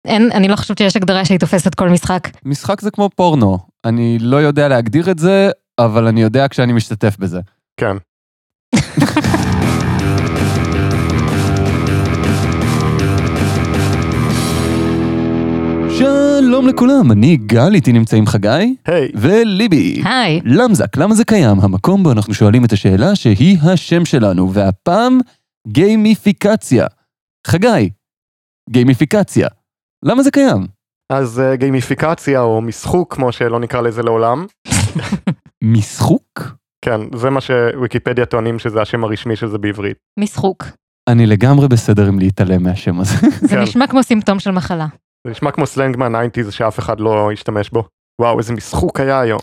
אני לא חושבת שיש הגדרה שהיא תופסת כל משחק. משחק זה כמו פורנו. אני לא יודע להגדיר את זה, אבל אני יודע כשאני משתתף בזה. כן. שלום לכולם, אני גל, איתי נמצאים חגי. היי. וליבי. היי. למזק, למה זה קיים? המקום בו אנחנו שואלים את השאלה שהיא השם שלנו, והפעם גיימיפיקציה. חגי, גיימיפיקציה. למה זה קיים? אז גיימיפיקציה או משחוק, כמו שלא נקרא לזה לעולם. משחוק? כן, זה מה שוויקיפדיה טוענים שזה השם הרשמי של זה בעברית. משחוק. אני לגמרי בסדר עם להתעלם מהשם הזה. זה נשמע כמו סימפטום של מחלה. זה נשמע כמו סלנג מה-90s שאף אחד לא ישתמש בו. וואו, איזה משחוק היה היום.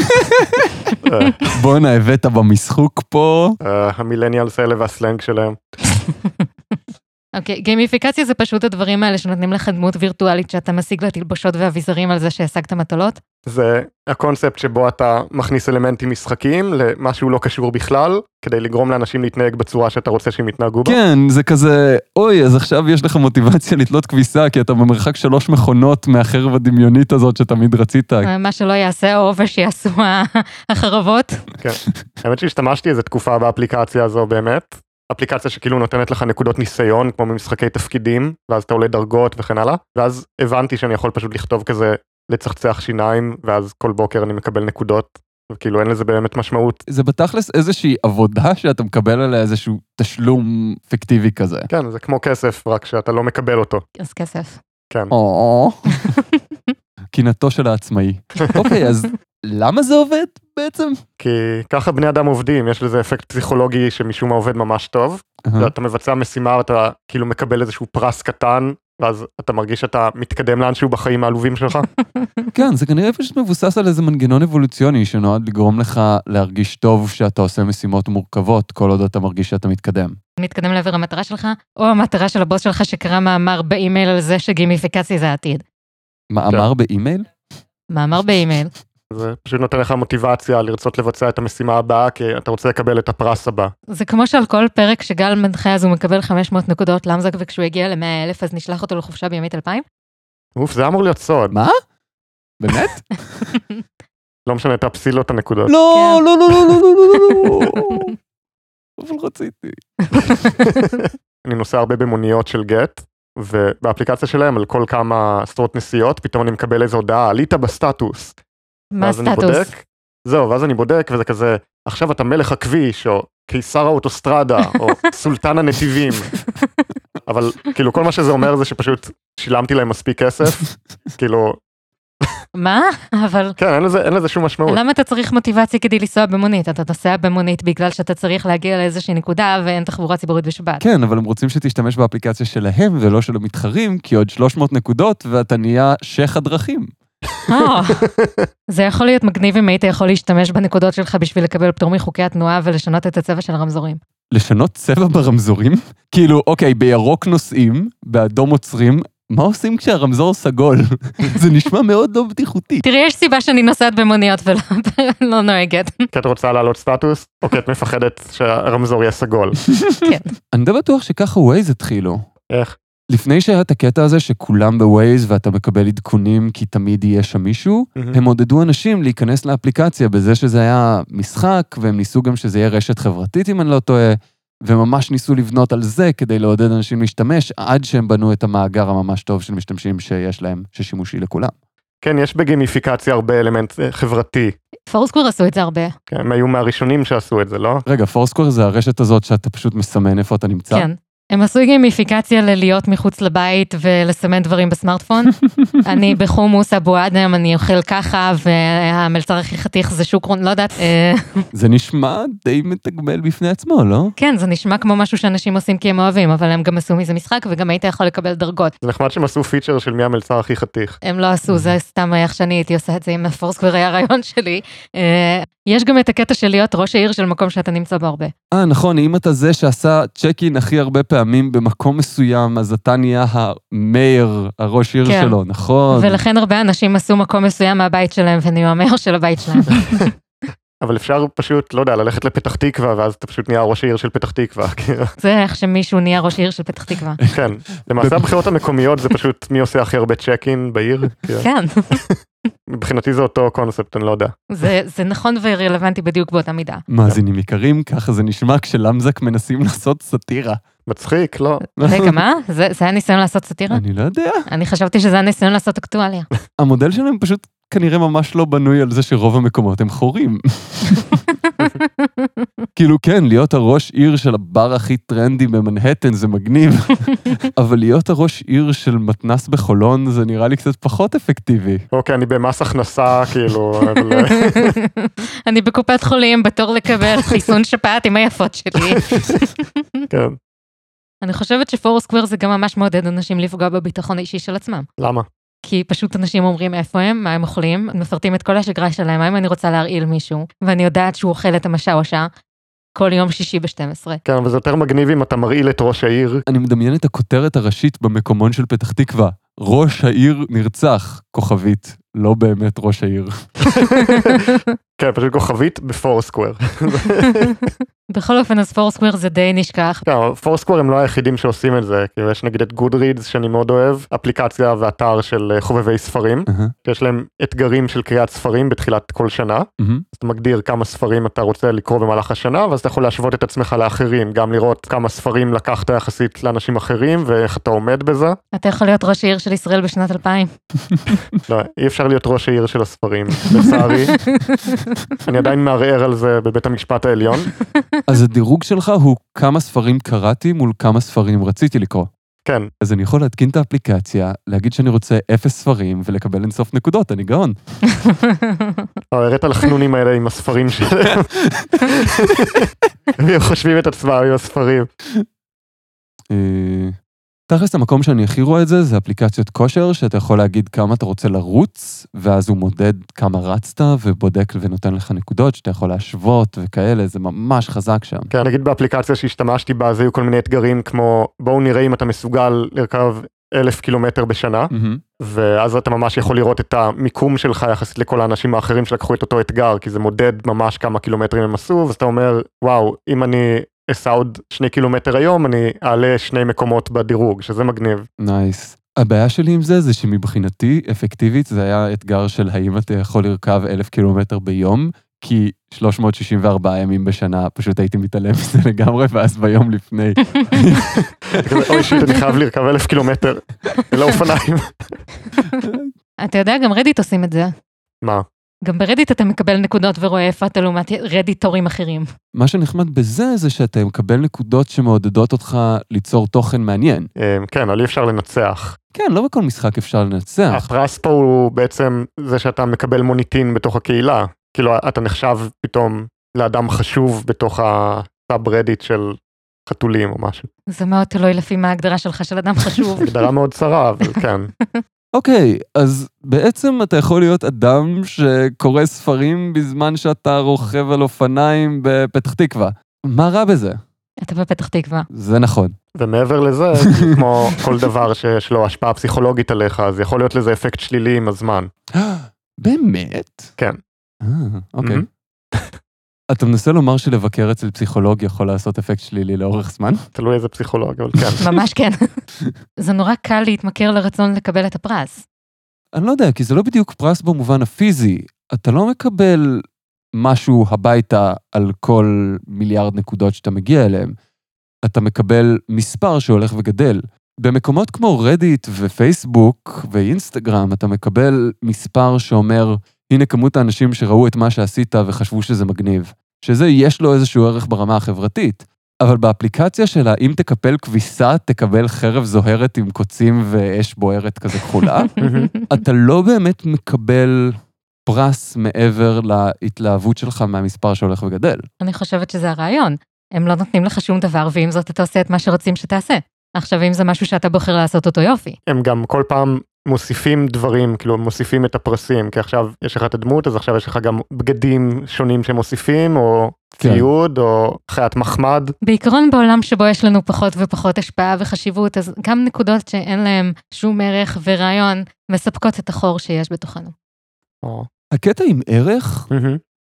בואנה, הבאת במשחוק פה. המילניאלס האלה והסלנג שלהם. אוקיי, גיימיפיקציה זה פשוט הדברים האלה שנותנים לך דמות וירטואלית שאתה משיג לה תלבושות ואביזרים על זה שהשגת מטלות. זה הקונספט שבו אתה מכניס אלמנטים משחקיים למשהו לא קשור בכלל, כדי לגרום לאנשים להתנהג בצורה שאתה רוצה שהם יתנהגו בה. כן, זה כזה, אוי, אז עכשיו יש לך מוטיבציה לתלות כביסה, כי אתה במרחק 3 מכונות מהחרב הדמיונית הזאת שתמיד רצית. מה שלא יעשה או ושיעשו החרבות. כן, האמת שהשתמשתי איזה תקופה באפליקציה הזו באמת. אפליקציה שכאילו נותנת לך נקודות ניסיון, כמו במשחקי תפקידים, ואז אתה עולה דרגות וכן הלאה, ואז הבנתי שאני יכול פשוט לכתוב כזה, לצחצח שיניים, ואז כל בוקר אני מקבל נקודות, וכאילו אין לזה באמת משמעות. זה בתכלס איזושהי עבודה שאתה מקבל עליה איזשהו תשלום פיקטיבי כזה. כן, זה כמו כסף, רק שאתה לא מקבל אותו. אז כסף. כן. קינתו של העצמאי. אוקיי, אז למה זה עובד בעצם? כי ככה בני אדם עובדים, יש לזה אפקט פסיכולוגי שמשום מה עובד ממש טוב, ואתה מבצע משימה ואתה כאילו מקבל איזשהו פרס קטן, ואז אתה מרגיש שאתה מתקדם לאנשהו בחיים העלובים שלך. כן, זה כנראה פשוט מבוסס על איזה מנגנון אבולוציוני שנועד לגרום לך להרגיש טוב שאתה עושה משימות מורכבות, כל עוד אתה מרגיש שאתה מתקדם. מתקדם לעבר המטרה שלך, או המטרה של הבוס שלך שקרא מאמר באימייל על זה שגיימיפיקציה זה העתיד. מאמר באימייל? מאמר באימייל. זה פשוט נותן לך מוטיבציה לרצות לבצע את המשימה הבאה, כי אתה רוצה לקבל את הפרס הבא. זה כמו שעל כל פרק שגל מנחה אז הוא מקבל 500 נקודות למזק, וכשהוא הגיע ל100,000 אז נשלח אותו לחופשה בימית 2000? אוף, זה אמור להיות סוד. מה? באמת? לא משנה, תאפסי לו את הנקודות. לא, לא, לא, לא, לא, לא, לא. אבל רציתי. אני נוסע הרבה במוניות של גט, ובאפליקציה שלהם על כל כמה עשרות נסיעות, פתאום אני מקבל איזו הודעה, עלית בסטטוס. מה הסטטוס? זהו, ואז אני בודק, וזה כזה, עכשיו אתה מלך הכביש, או קיסר האוטוסטרדה, או סולטן הנתיבים. אבל כאילו כל מה שזה אומר זה שפשוט שילמתי להם מספיק כסף, כאילו... מה? אבל... כן, אין לזה שום משמעות. למה אתה צריך מוטיבציה כדי לנסוע במונית? אתה נוסע במונית בגלל שאתה צריך להגיע לאיזושהי נקודה ואין תחבורה ציבורית בשבת. כן, אבל הם רוצים שתשתמש באפליקציה שלהם ולא של המתחרים, כי עוד 300 נקודות ואתה נהיה שייך הדרכים. זה יכול להיות מגניב אם היית יכול להשתמש בנקודות שלך בשביל לקבל פטור מחוקי התנועה ולשנות את הצבע של הרמזורים. לשנות צבע ברמזורים? כאילו, אוקיי, בירוק נוסעים, באדום עוצרים, מה עושים כשהרמזור סגול? זה נשמע מאוד לא בטיחותי. תראי, יש סיבה שאני נוסעת במוניות ולא נוהגת. כי את רוצה לעלות סטטוס, או כי את מפחדת שהרמזור יהיה סגול? כן. אני די בטוח שככה ווייז התחילו. איך? לפני שהיה את הקטע הזה שכולם בווייז ואתה מקבל עדכונים כי תמיד יהיה שם מישהו, הם עודדו אנשים להיכנס לאפליקציה בזה שזה היה משחק, והם ניסו גם שזה יהיה רשת חברתית אם אני לא טועה, וממש ניסו לבנות על זה כדי לעודד אנשים להשתמש, עד שהם בנו את המאגר הממש טוב של משתמשים שיש להם, ששימושי לכולם. כן, יש בגיימיפיקציה הרבה אלמנט חברתי. פורסקוור עשו את זה הרבה. כן, הם היו מהראשונים שעשו את זה, לא? רגע, פורסקוור זה הרשת הזאת שאתה פשוט מסמן איפה אתה נמצא? כן. הם עשו גיימיפיקציה ללהיות מחוץ לבית ולסמן דברים בסמארטפון. אני בחומוס אבו אדם, אני אוכל ככה, והמלצר הכי חתיך זה שוקרון, לא יודעת. זה נשמע די מתגמל בפני עצמו, לא? כן, זה נשמע כמו משהו שאנשים עושים כי הם אוהבים, אבל הם גם עשו מזה משחק, וגם היית יכול לקבל דרגות. זה נחמד שהם עשו פיצ'ר של מי המלצר הכי חתיך. הם לא עשו, זה סתם איך שאני הייתי עושה את זה עם פורסקוור היה הרעיון שלי. יש גם את הקטע של להיות ראש העיר של מקום שאתה נמצא בו הרבה. נכון, אם אתה זה שעשה צ'קין הכי הרבה פעמים במקום מסוים, אז אתה נהיה המאיר, הראש עיר שלו, נכון? ולכן הרבה אנשים עשו מקום מסוים מהבית שלהם, ונהיו המאיר של הבית שלהם. אבל אפשר פשוט, לא יודע, ללכת לפתח תקווה, ואז אתה פשוט נהיה ראש העיר של פתח תקווה. זה איך שמישהו נהיה ראש העיר של פתח תקווה. כן, למעשה הבחירות המקומיות זה פשוט מי עושה הכי הרבה צ'ק-אין בעיר. כן. מבחינתי זה אותו קונספט, אני לא יודע. זה נכון ורלוונטי בדיוק באותה מידה. מאזינים יקרים, ככה זה נשמע כשלמזק מנסים לעשות סאטירה. מצחיק, לא? רגע, מה? זה היה ניסיון לעשות סאטירה? אני לא יודע. אני חשבתי שזה היה ניסיון לעשות אקטואליה. המודל שלהם פשוט כנראה ממש לא בנוי על זה שרוב המקומות הם חורים. כאילו כן, להיות הראש עיר של הבר הכי טרנדי במנהטן זה מגניב, אבל להיות הראש עיר של מתנס בחולון זה נראה לי קצת פחות אפקטיבי. אוקיי, אני במס הכנסה, כאילו, אבל... אני בקופת חולים בתור לקבל חיסון שפעת עם היפות שלי. כן. אני חושבת שפורסקוור זה גם ממש מעודד אנשים לפגוע בביטחון האישי של עצמם. למה? כי פשוט אנשים אומרים איפה הם, מה הם אוכלים, מפרטים את כל השגרה שלהם, האם אני רוצה להרעיל מישהו, ואני יודעת שהוא אוכל את המשאושה כל יום שישי ב-12. כן, אבל זה יותר מגניב אם אתה מרעיל את ראש העיר. אני מדמיין את הכותרת הראשית במקומון של פתח תקווה. ראש העיר נרצח, כוכבית, לא באמת ראש העיר. כן, פשוט כוכבית בפורסקוור. בכל אופן, אז פורסקוור זה די נשכח. כן, פורסקוור הם לא היחידים שעושים את זה, כי יש נגיד את גודרידס שאני מאוד אוהב, אפליקציה ואתר של חובבי ספרים, שיש להם אתגרים של קריאת ספרים בתחילת כל שנה, אז אתה מגדיר כמה ספרים אתה רוצה לקרוא במהלך השנה, ואז אתה יכול להשוות את עצמך לאחרים, גם לראות כמה ספרים לקחת יחסית לאנשים אחרים, ואיך אתה עומד בזה. אתה יכול להיות ראש העיר של ישראל בשנת 2000. לא, אי אפשר להיות ראש העיר של הספרים, לצערי. אני עדיין מערער על זה בבית המשפט העליון. אז הדירוג שלך הוא כמה ספרים קראתי מול כמה ספרים רציתי לקרוא. כן. אז אני יכול להתקין את האפליקציה, להגיד שאני רוצה 0 ספרים ולקבל אינסוף נקודות, אני גאון. הראת על החנונים האלה עם הספרים שלהם. הם חושבים את עצמם עם הספרים. תכלס המקום שאני הכי רואה את זה, זה אפליקציות כושר, שאתה יכול להגיד כמה אתה רוצה לרוץ, ואז הוא מודד כמה רצת, ובודק ונותן לך נקודות, שאתה יכול להשוות וכאלה, זה ממש חזק שם. כן, נגיד באפליקציה שהשתמשתי בה, זה היו כל מיני אתגרים כמו, בואו נראה אם אתה מסוגל לרכב 1,000 קילומטר בשנה, ואז אתה ממש יכול לראות את המיקום שלך יחסית לכל האנשים האחרים שלקחו את אותו אתגר, כי זה מודד ממש כמה קילומטרים הם עשו, ואז אתה אומר, וואו, אם אני אסע עוד 2 קילומטר היום, אני אעלה 2 מקומות בדירוג, שזה מגניב. נייס. הבעיה שלי עם זה, זה שמבחינתי, אפקטיבית, זה היה אתגר של האם אתה יכול לרכב 1,000 קילומטר ביום, כי 364 ימים בשנה, פשוט הייתי מתעלם מזה לגמרי, ואז ביום לפני. אוי שיט, אני חייב לרכב 1,000 קילומטר, אלה אופניים. אתה יודע, גם רדיט עושים את זה. מה? גם ברדיט אתה מקבל נקודות ורואה איפה אתה לעומת רדיטורים אחרים. מה שנחמד בזה, זה שאתה מקבל נקודות שמעודדות אותך ליצור תוכן מעניין. כן, אבל אי אפשר לנצח. כן, לא בכל משחק אפשר לנצח. הפרס פה הוא בעצם זה שאתה מקבל מוניטין בתוך הקהילה. כאילו, אתה נחשב פתאום לאדם חשוב בתוך הסאב רדיט של חתולים או משהו. זה מאוד תלוי לפי מה ההגדרה שלך של אדם חשוב. הגדרה מאוד צרה, אבל כן. אוקיי, אז בעצם אתה יכול להיות אדם שקורא ספרים בזמן שאתה רוכב על אופניים בפתח תקווה. מה רע בזה? אתה בפתח תקווה. זה נכון. ומעבר לזה, כמו כל דבר שיש לו השפעה פסיכולוגית עליך, אז יכול להיות לזה אפקט שלילי עם הזמן. באמת? כן. אוקיי. אתה מנסה לומר שלבקר אצל פסיכולוג יכול לעשות אפקט שלילי לאורך זמן? תלוי איזה פסיכולוג, אבל כן. ממש כן. זה נורא קל להתמכר לרצון לקבל את הפרס. אני לא יודע, כי זה לא בדיוק פרס במובן הפיזי. אתה לא מקבל משהו הביתה על כל מיליארד נקודות שאתה מגיע אליהם. אתה מקבל מספר שהולך וגדל. במקומות כמו רדיט ופייסבוק ואינסטגרם, אתה מקבל מספר שאומר, הנה כמות האנשים שראו את מה שעשית וחשבו שזה מגניב. שזה יש לו איזשהו ערך ברמה החברתית. אבל באפליקציה שלה, אם תקפל כביסה, תקבל חרב זוהרת עם קוצים ואש בוערת כזה כחולה, אתה לא באמת מקבל פרס מעבר להתלהבות שלך מהמספר שהולך וגדל. אני חושבת שזה הרעיון. הם לא נותנים לך שום דבר, ועם זאת אתה עושה את מה שרוצים שתעשה. עכשיו, אם זה משהו שאתה בוחר לעשות אותו יופי. הם גם כל פעם מוסיפים דברים, כאילו מוסיפים את הפרסים, כי עכשיו יש לך את הדמות, אז עכשיו יש לך גם בגדים שונים שמוסיפים, או ציוד, או חיית מחמד. בעיקרון בעולם שבו יש לנו פחות ופחות השפעה וחשיבות, אז גם נקודות שאין להם שום ערך ורעיון, מספקות את החור שיש בתוכנו. הקטע עם ערך,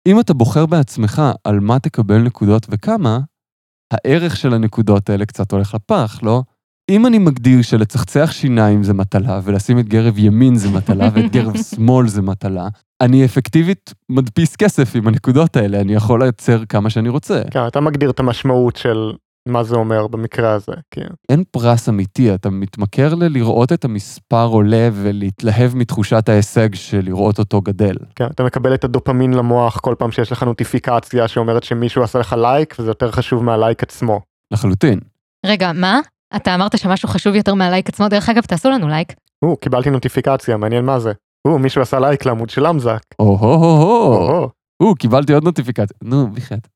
אם אתה בוחר בעצמך על מה תקבל נקודות וכמה, הערך של הנקודות האלה קצת הולך לפח, לא? אם אני מגדיר שלצחצח שיניים זה מטלה, ולשים את גרב ימין זה מטלה, ואת גרב שמאל זה מטלה, אני אפקטיבית מדפיס כסף עם הנקודות האלה, אני יכול לייצר כמה שאני רוצה. כן, אתה מגדיר את המשמעות של מה זה אומר במקרה הזה, כן. אין פרס אמיתי, אתה מתמכר לראות את המספר עולה ולהתלהב מתחושת ההישג של לראות אותו גדל. כן, אתה מקבל את הדופמין למוח כל פעם שיש לך נוטיפיקציה שאומרת שמישהו עשה לך לייק, וזה יותר חשוב מהלייק עצמו. לחלוטין. רגע, מה? אתה אמרת שמשהו חשוב יותר מהלייק עצמו, דרך אגב, תעשו לנו לייק. קיבלתי נוטיפיקציה, מעניין מה זה. מישהו עשה לייק לעמוד של אמזק. קיבלתי עוד נוטיפיקציה. נו, בחייאת.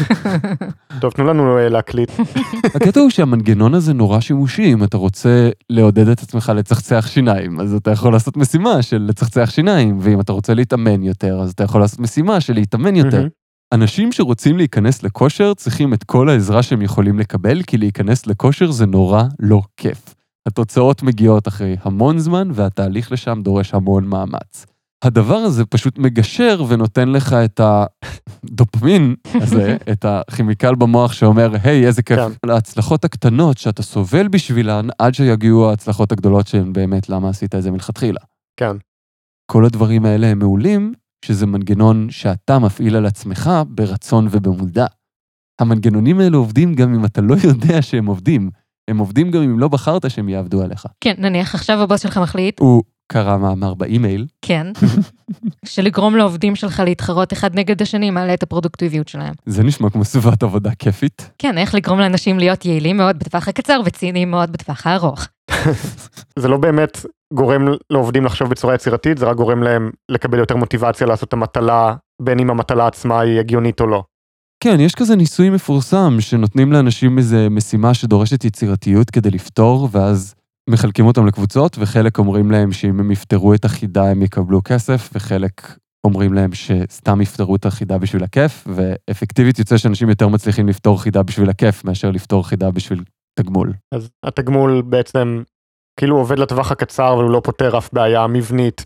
טוב, תנו לנו להקליט. הקטע הוא שהמנגנון הזה נורא שימושי, אם אתה רוצה לעודד את עצמך לצחצח שיניים, אז אתה יכול לעשות משימה של לצחצח שיניים, ואם אתה רוצה להתאמן יותר, אז אתה יכול לעשות משימה של להתאמן יותר. אנשים שרוצים להיכנס לכושר צריכים את כל העזרה שהם יכולים לקבל, כי להיכנס לכושר זה נורא לא כיף. התוצאות מגיעות אחרי המון זמן, והתהליך לשם דורש המון מאמץ. הדבר הזה פשוט מגשר ונותן לך את הדופמין הזה, את הכימיקל במוח שאומר, היי, איזה כיף. להצלחות הקטנות שאתה סובל בשבילן, עד שיגיעו ההצלחות הגדולות שהן באמת למה עשית את זה מלכתחילה. כן. כל הדברים האלה הם מעולים, שזה מנגנון שאתה מפעיל על עצמך ברצון ובמודע. המנגנונים האלה עובדים גם אם אתה לא יודע שהם עובדים. הם עובדים גם אם לא בחרת שהם יעבדו עליך. כן, נניח עכשיו הבוס שלך מחליט. הוא קרא מאמר באימייל. כן. שלגרום לעובדים שלך להתחרות אחד נגד השני, מעלה את הפרודוקטיביות שלהם. זה נשמע כמו סביבת עבודה כיפית. כן, איך לגרום לאנשים להיות יעילים מאוד בטווח הקצר וציניים מאוד בטווח הארוך. זה לא באמת גורם לעובדים לחשוב בצורה יצירתית, זה רק גורם להם לקבל יותר מוטיבציה לעשות את המטלה, בין אם המטלה עצמה היא הגיונית או לא. כן, יש כזה ניסוי מפורסם, שנותנים לאנשים איזו משימה שדורשת יצירתיות כדי לפתור, ואז מחלקים אותם לקבוצות, וחלק אומרים להם שאם הם יפתרו את החידה הם יקבלו כסף, וחלק אומרים להם שסתם יפתרו את החידה בשביל הכיף, ואפקטיבית יוצא שאנשים יותר מצליחים לפתור חידה בשביל הכיף, מאשר לפתור חידה בשביל תגמול. אז התגמול בעצם כאילו עובד לטווח הקצר, אבל הוא לא פותר אף בעיה מבנית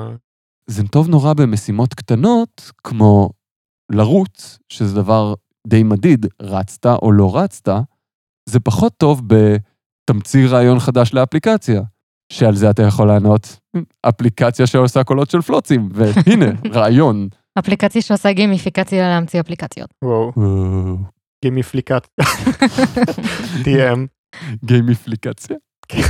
זה טוב נורא במשימות קטנות, כמו לרוץ, שזה דבר די מדיד, רצת או לא רצת, זה פחות טוב בתמציר רעיון חדש לאפליקציה, שעל זה אתה יכול לענות, אפליקציה שעושה קולות של פלוצים, והנה, רעיון. אפליקציה שעושה גימיפיקציה להמציא אפליקציות. וואו. גימיפליקציה. TM. גימיפליקציה? כן.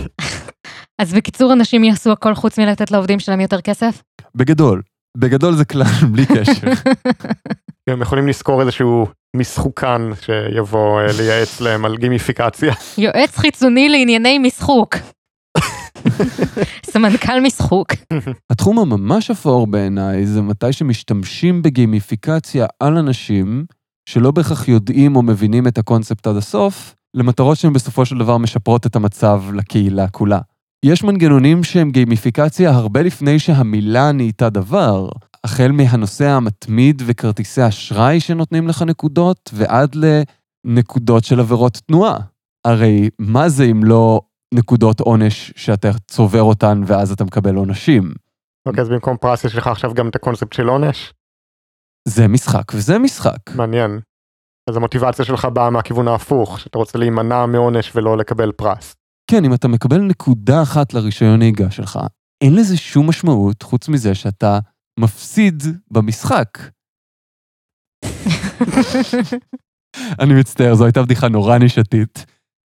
אז בקיצור, אנשים יעשו הכל חוץ מלתת לעובדים שלהם יותר כסף? בגדול זה כלל, בלי קשר. הם יכולים לזכור איזשהו משחוקן שיבוא לייעץ להם על גימיפיקציה. יועץ חיצוני לענייני משחוק. סמנכ"ל משחוק. התחום הממש אפור בעיניי זה מתי שמשתמשים בגימיפיקציה על אנשים שלא בהכרח יודעים או מבינים את הקונספט עד הסוף, למטרות שהן בסופו של דבר משפרות את המצב לקהילה כולה. יש מנגנונים שהם גימיפיקציה הרבה לפני שהמילה נהייתה דבר, החל מהנושא המתמיד וכרטיסי אשראי שנותנים לך נקודות, ועד לנקודות של עבירות תנועה. הרי מה זה אם לא נקודות עונש שאתה צובר אותן ואז אתה מקבל עונשים? אוקיי, אז במקום פרס יש לך עכשיו גם את הקונספט של עונש? זה משחק וזה משחק. מעניין. אז המוטיבציה שלך באה מהכיוון ההפוך, שאתה רוצה להימנע מעונש ולא לקבל פרס. כן, אם אתה מקבל נקודה אחת לרישיון נהיגה שלך, אין לזה שום משמעות חוץ מזה שאתה מפסיד במשחק. אני מצטער, זו הייתה בדיחה נורא נישתית.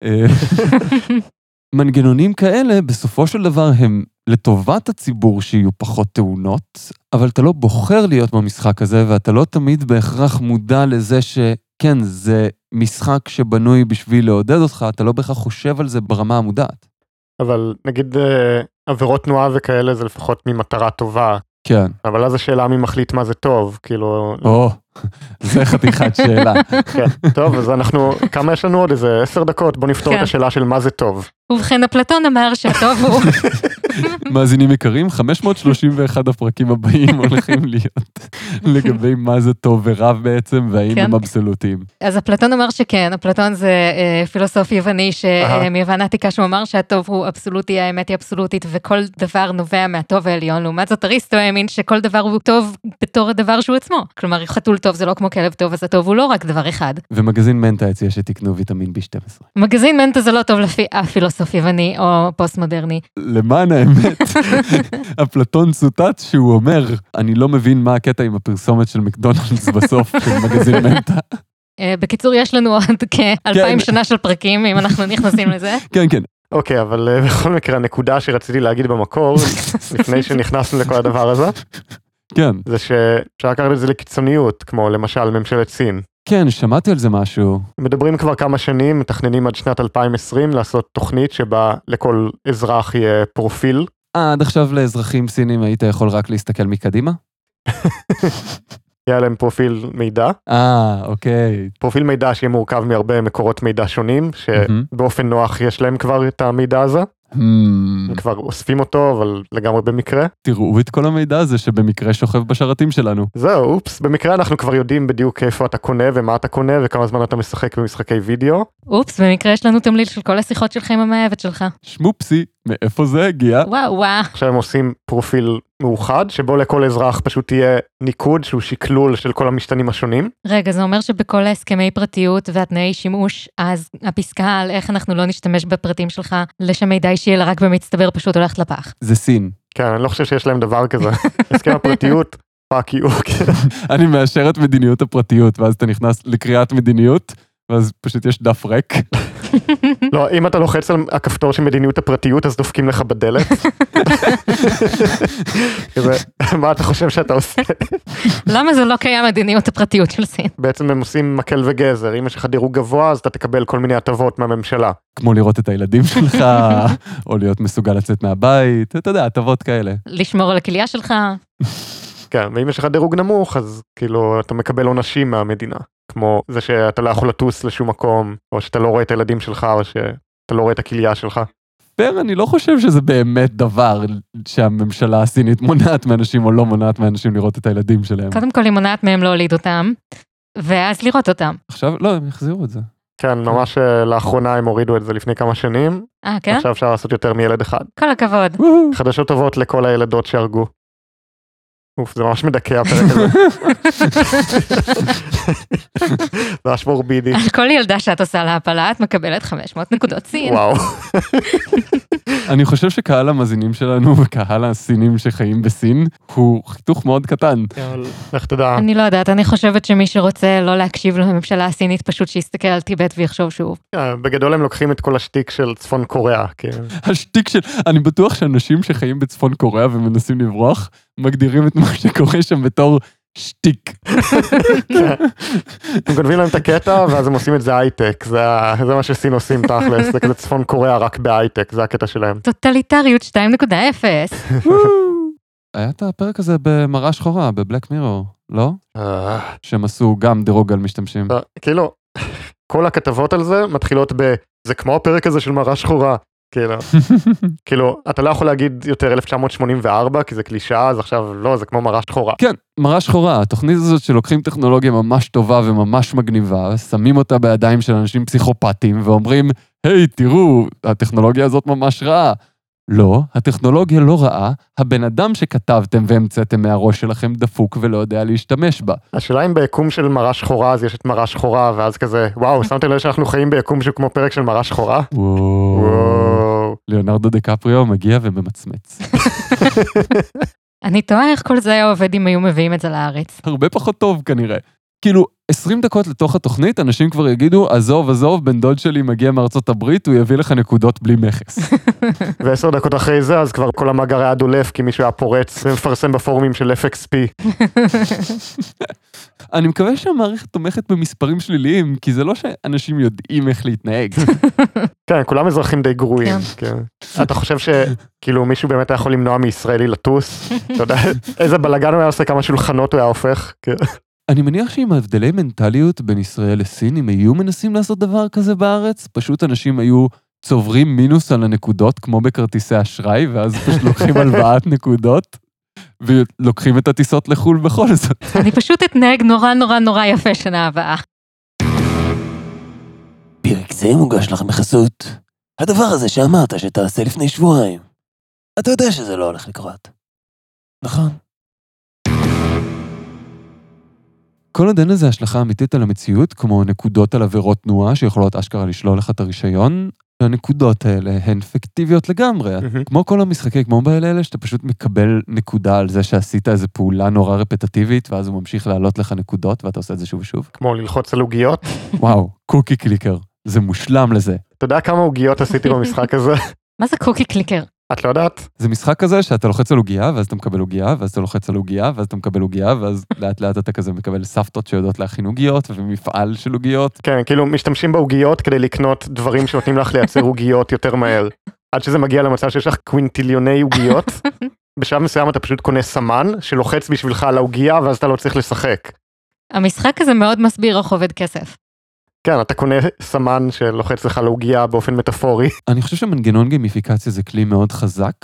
מנגנונים כאלה בסופו של דבר הם לטובת הציבור שיהיו פחות תאונות, אבל אתה לא בוחר להיות במשחק הזה, ואתה לא תמיד בהכרח מודע לזה שכן, זה משחק שבנוי בשביל לעודד אותך, אתה לא בהכרח חושב על זה ברמה המודעת. אבל נגיד עבירות תנועה וכאלה זה לפחות ממטרה טובה. כן. אבל אז השאלה מי מחליט מה זה טוב, כאילו... זה חתיכת שאלה. כן, טוב, אז אנחנו, כמה יש לנו עוד? איזה 10 דקות, בוא נפתור את השאלה של מה זה טוב. ובכן, אפלטון אמר שהטוב הוא... מאזינים יקרים, 531 הפרקים הבאים הולכים להיות לגבי מה זה טוב ורב בעצם, והאם הם אבסולוטיים. אז אפלטון אמר שכן, אפלטון זה פילוסוף יווני שמיוון העתיקה שהוא אמר שהטוב הוא אבסולוטי, האמת היא אבסולוטית, וכל דבר נובע מהטוב העליון. לעומת זאת, אריסטו האמין שכל דבר הוא טוב בתור הדבר שהוא עצמו. כלומר, חתול טוב זה לא כמו כלב טוב, אז הטוב הוא לא רק דבר אחד. ומגזין מנטה הציע שתקנו ויטמין B12. מגזין מנטה זה לא טוב לפי אף פילוסוף יווני או פוסט-מודרני. למען האמת, אפלטון צוטט שהוא אומר, אני לא מבין מה הקטע עם הפרסומת של מקדונלדס בסוף של מגזין מנטה. בקיצור, יש לנו עוד כ-2000 שנה של פרקים, אם אנחנו נכנסים לזה. כן, כן. אוקיי, אבל בכל מקרה, הנקודה שרציתי להגיד במקור, לפני שנכנסנו לכל הדבר הזה, כן. זה שאפשר לקחת את זה לקיצוניות, כמו למשל ממשלת סין. כן, שמעתי על זה משהו. מדברים כבר כמה שנים, מתכננים עד שנת 2020 לעשות תוכנית שבה לכל אזרח יהיה פרופיל. עד עכשיו לאזרחים סינים היית יכול רק להסתכל מקדימה? יהיה להם פרופיל מידע. אוקיי. פרופיל מידע שיהיה מורכב מהרבה מקורות מידע שונים, שבאופן נוח יש להם כבר את המידע הזה. הם כבר אוספים אותו, אבל לגמרי במקרה. תראו את כל המידע הזה שבמקרה שוכב בשרתים שלנו. זהו, אופס, במקרה אנחנו כבר יודעים בדיוק איפה אתה קונה ומה אתה קונה וכמה זמן אתה משחק במשחקי וידאו. אופס, במקרה יש לנו תמליל של כל השיחות שלך עם המאהבת שלך. שמופסי, מאיפה זה הגיע? וואו. עכשיו הם עושים פרופיל מאוחד, שבו לכל אזרח פשוט תהיה ניקוד שהוא שקלול של כל המשתנים השונים. רגע, זה אומר שבכל ההסכמי פרטיות והתנאי שימוש, אז הפסקה על איך אנחנו לא נשתמש בפרטים שלך, לשמידע אישי, אלא רק במצטבר פשוט הולכת לפח. זה סין. כן, אני לא חושב שיש להם דבר כזה. הסכם הפרטיות, פאק יו. אני מאשר את מדיניות הפרטיות, ואז אתה נכנס לקריאת מדיניות, ואז פשוט יש דף ריק. לא, אם אתה לוחץ על הכפתור של מדיניות הפרטיות, אז דופקים לך בדלת. מה אתה חושב שאתה עושה? למה זה לא קיים מדיניות הפרטיות של סין? בעצם הם עושים מקל וגזר. אם יש לך דירוג גבוה, אז אתה תקבל כל מיני הטבות מהממשלה. כמו לראות את הילדים שלך, או להיות מסוגל לצאת מהבית, אתה יודע, הטבות כאלה. לשמור על הכליה שלך. כן, ואם יש לך דירוג נמוך, אז כאילו אתה מקבל עונשים מהמדינה. כמו זה שאתה לא יכול לטוס לשום מקום, או שאתה לא רואה את הילדים שלך, או שאתה לא רואה את הכליה שלך. אני לא חושב שזה באמת דבר שהממשלה הסינית מונעת מאנשים או לא מונעת מאנשים לראות את הילדים שלהם. קודם כל היא מונעת מהם להוליד אותם, ואז לראות אותם. עכשיו, לא, הם יחזירו את זה. כן, ממש לאחרונה הם הורידו את זה לפני כמה שנים. כן? עכשיו אפשר לעשות יותר מילד אחד. כל הכבוד. חדשות טובות לכל הילדות שהרגו. אוף, זה ממש מדכא הפרק הזה. זה ממש מורבידי. על כל ילדה שאת עושה להפלה, את מקבלת 500 נקודות סין. וואו. אני חושב שקהל המאזינים שלנו וקהל הסינים שחיים בסין הוא חיתוך מאוד קטן. איך תדע? אני לא יודעת, אני חושבת שמי שרוצה לא להקשיב לממשלה הסינית, פשוט שיסתכל על טיבט ויחשוב שוב. בגדול הם לוקחים את כל השטיק של צפון קוריאה. השטיק של... אני בטוח שאנשים שחיים בצפון קוריאה ומנסים לברוח, מגדירים את מה שקורה שם בתור שטיק. הם גונבים להם את הקטע, ואז הם עושים את זה הייטק. זה מה שסין עושים תכלס, זה כזה צפון קוריאה רק בהייטק, זה הקטע שלהם. טוטליטריות 2.0. היה את הפרק הזה במראה שחורה, בבלק מירור, לא? שהם עשו גם דירוג על משתמשים. כאילו, כל הכתבות על זה מתחילות זה כמו הפרק הזה של מראה שחורה. כאילו, אתה לא יכול להגיד יותר 1984, כי זה קלישה, אז עכשיו לא, זה כמו מראה שחורה. כן, מראה שחורה, התוכנית הזאת שלוקחים טכנולוגיה ממש טובה וממש מגניבה, שמים אותה בידיים של אנשים פסיכופטיים, ואומרים, היי, תראו, הטכנולוגיה הזאת ממש רעה. לא, הטכנולוגיה לא רעה, הבן אדם שכתבתם והמצאתם מהראש שלכם דפוק ולא יודע להשתמש בה. השאלה אם ביקום של מראה שחורה, אז יש את מראה שחורה, ואז כזה, וואו, שמתם לב שאנחנו חיים ביקום כמו פרק של מראה שחורה? וואו. ליאונרדו דיקפריו מגיע וממצמץ. אני תוהה איך כל זה היה עובד אם היו מביאים את זה לארץ. הרבה פחות טוב כנראה. כאילו, 20 דקות לתוך התוכנית, אנשים כבר יגידו, עזוב, בן דוד שלי מגיע מארצות הברית, הוא יביא לך נקודות בלי מכס. ו10 דקות אחרי זה, אז כבר כל המאגר היה דולף, כי מישהו היה פורץ ומפרסם בפורומים של FXP. אני מקווה שהמערכת תומכת במספרים שליליים, כי זה לא שאנשים יודעים איך להתנהג. כן, כולם אזרחים די גרועים. אתה חושב שכאילו מישהו באמת היה יכול למנוע מישראלי לטוס? אתה יודע, איזה בלגן הוא היה עושה, כמה שולחנות הוא היה הופך? אני מניח שעם ההבדלי מנטליות בין ישראל לסין, אם היו מנסים לעשות דבר כזה בארץ, פשוט אנשים היו צוברים מינוס על הנקודות, כמו בכרטיסי אשראי, ואז פשוט לוקחים הלוואת נקודות, ולוקחים את הטיסות לחול בכל זאת. אני פשוט אתנהג נורא נורא נורא יפה שנה הבאה. פרק זה מוגש לכם בחסות. הדבר הזה שאמרת שתעשה לפני שבועיים. אתה יודע שזה לא הולך לקרות. נכון? כל עוד אין לזה השלכה אמיתית על המציאות, כמו נקודות על עבירות תנועה שיכולות אשכרה לשלול לך את הרישיון, הנקודות האלה הן פיקטיביות לגמרי. כמו כל המשחקי כמו באלה, שאתה פשוט מקבל נקודה על זה שעשית איזו פעולה נורא רפטטיבית, ואז הוא ממשיך לעלות לך נקודות, ואתה עושה את זה שוב ושוב. כמו ללחוץ על עוגיות. וואו, קוקי קליקר. זה מושלם לזה. אתה יודע כמה עוגיות עשיתי במשחק הזה? מה זה קוקי קליקר? את לא יודעת? זה משחק כזה שאתה לוחץ על עוגיה, ואז אתה מקבל עוגיה, ואז אתה לוחץ על עוגיה, ואז אתה מקבל עוגיה, ואז לאט לאט אתה כזה מקבל סבתות שיודעות להכין עוגיות, ומפעל של עוגיות. כן, כאילו משתמשים בעוגיות כדי לקנות דברים שנותנים לך לייצר עוגיות יותר מהר. עד שזה מגיע למצב שיש לך קווינטיליוני עוגיות. בשלב מסוים אתה פשוט קונה סמן, שלוחץ בשבילך על העוגיה, ואז אתה לא צריך לשחק. המשחק הזה מאוד מסביר איך עובד כסף. כן, אתה קונה סמן שלוחץ לך על העוגיה באופן מטאפורי. אני חושב שמנגנון גימיפיקציה זה כלי מאוד חזק,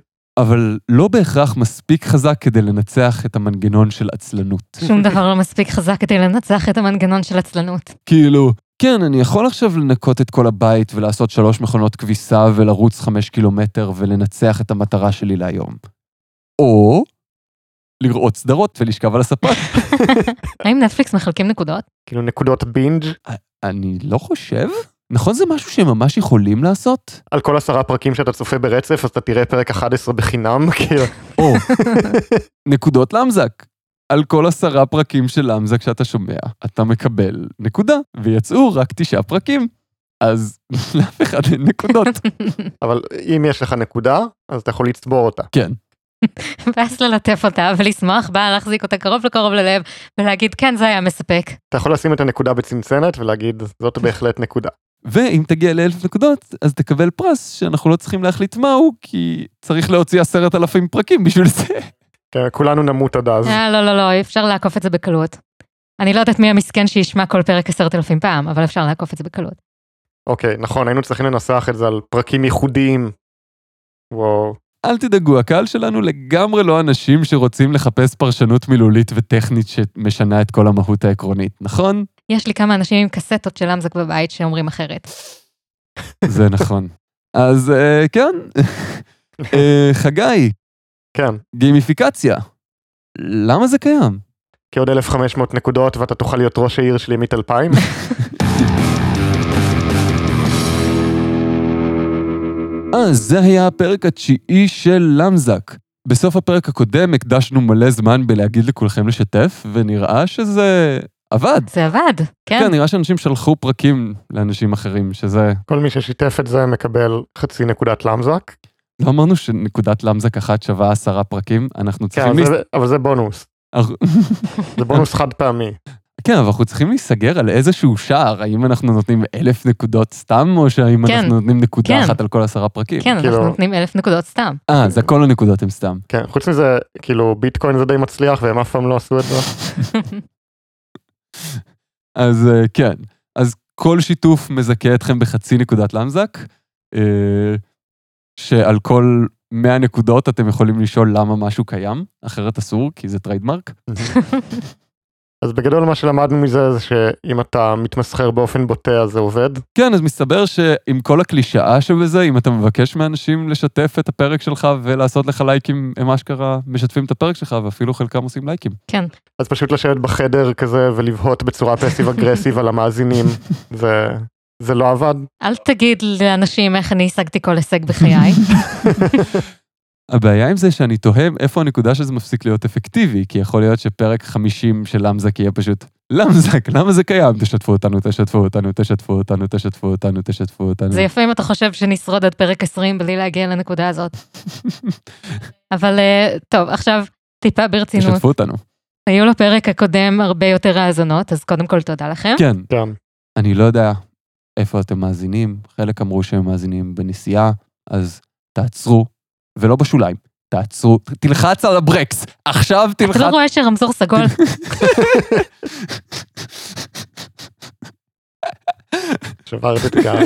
אבל לא בהכרח מספיק חזק כדי לנצח את המנגנון של עצלנות. שום דבר לא מספיק חזק כדי לנצח את המנגנון של עצלנות. כאילו, כן, אני יכול עכשיו לנקות את כל הבית ולעשות 3 מכונות כביסה ולרוץ 5 קילומטר ולנצח את המטרה שלי להיום. או לראות סדרות ולשכב על הספה. האם נטפליקס מחלקים נקודות? כאילו נקודות בינג'? אני לא חושב. נכון זה משהו שהם ממש יכולים לעשות? על כל 10 פרקים שאתה צופה ברצף, אז אתה תראה פרק 11 בחינם, כאילו. או, נקודות למזק. על כל 10 פרקים של למזק שאתה שומע, אתה מקבל נקודה, ויצאו רק 9 פרקים. אז לאף אחד אין נקודות. אבל אם יש לך נקודה, אז אתה יכול לצבור אותה. כן. ואז ללטף אותה ולשמוח בה, להחזיק אותה קרוב לקרוב ללב, ולהגיד כן זה היה מספק. אתה יכול לשים את הנקודה בצנצנת ולהגיד זאת בהחלט נקודה. ואם תגיע ל1,000 נקודות, אז תקבל פרס שאנחנו לא צריכים להחליט מהו, כי צריך להוציא 10,000 פרקים בשביל זה. כן, כולנו נמות עד אז. לא, אפשר לעקוף את זה בקלות. אני לא יודעת מי המסכן שישמע כל פרק 10,000 פעם, אבל אפשר לעקוף את זה בקלות. אוקיי, נכון, היינו צריכים לנסח את זה על פרקים ייחודיים. וואו. אל תדאגו, הקהל שלנו לגמרי לא אנשים שרוצים לחפש פרשנות מילולית וטכנית שמשנה את כל המהות העקרונית, נכון? יש לי כמה אנשים עם קסטות של למזק בבית שאומרים אחרת. זה נכון. אז כן, חגי. כן. גימיפיקציה. למה זה קיים? כי עוד 1,500 נקודות ואתה תוכל להיות ראש העיר של ימית 2000. זה היה הפרק התשיעי של למזק. בסוף הפרק הקודם הקדשנו מלא זמן בלהגיד לכולכם לשתף, ונראה שזה עבד. זה עבד, כן. כן, נראה שאנשים שלחו פרקים לאנשים אחרים, שזה... כל מי ששיתף את זה מקבל 0.5 נקודת למזק. לא אמרנו שנקודת למזק אחת שווה 10 פרקים, אנחנו צריכים... כן, אבל זה בונוס. זה בונוס חד פעמי. כן, אבל אנחנו צריכים להיסגר על איזשהו שער, האם אנחנו נותנים 1,000 נקודות סתם, או שהאם אנחנו נותנים נקודה אחת על כל 10 פרקים? כן, אנחנו נותנים 1,000 נקודות סתם. זה כל הנקודות הם סתם. כן, חוץ מזה, כאילו, ביטקוין זה די מצליח, והם אף פעם לא עשו את זה. אז כן, אז כל שיתוף מזכה אתכם ב0.5 נקודת למזק, שעל כל 100 נקודות אתם יכולים לשאול למה משהו קיים, אחרת אסור, כי זה טריידמרק. אז בגדול מה שלמדנו מזה זה שאם אתה מתמסחר באופן בוטה אז זה עובד. כן, אז מסתבר שעם כל הקלישאה שבזה, אם אתה מבקש מאנשים לשתף את הפרק שלך ולעשות לך לייקים, הם אשכרה משתפים את הפרק שלך, ואפילו חלקם עושים לייקים. כן. אז פשוט לשבת בחדר כזה ולבהות בצורה פסיב אגרסיב על המאזינים, זה לא עבד. אל תגיד לאנשים איך אני השגתי כל הישג בחיי. הבעיה עם זה שאני תוהם איפה הנקודה שזה מפסיק להיות אפקטיבי, כי יכול להיות שפרק 50 של למזק יהיה פשוט, למזק, למה זה קיים? תשתפו אותנו, תשתפו אותנו, תשתפו אותנו, תשתפו אותנו, תשתפו אותנו. זה יפה אם אתה חושב שנשרוד עד פרק 20 בלי להגיע לנקודה הזאת. אבל טוב, עכשיו טיפה ברצינות. תשתפו אותנו. היו לפרק הקודם הרבה יותר האזנות, אז קודם כל תודה לכם. כן. אני לא יודע איפה אתם מאזינים, חלק אמרו שהם מאזינים בנסיעה, אז תעצרו. ולא בשוליים. תעצרו, תלחץ על הברקס, עכשיו תלחץ. אתה לא רואה שרמזור סגול? שברת את גיא.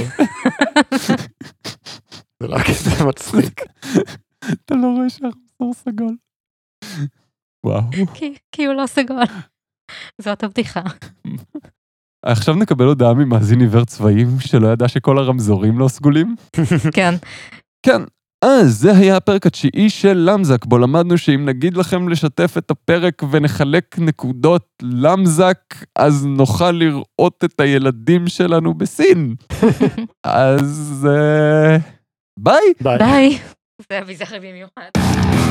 זה לא כזה מצחיק. אתה לא רואה שהרמזור סגול. וואו. כי הוא לא סגול. זאת הבדיחה. עכשיו נקבל הודעה ממאזין עיוור צבעים שלא ידע שכל הרמזורים לא סגולים. כן. כן. זה היה הפרק התשיעי של למזק, בו למדנו שאם נגיד לכם לשתף את הפרק ונחלק נקודות למזק, אז נוכל לראות את הילדים שלנו בסין. אז ביי. ביי. זה אביזר במיוחד.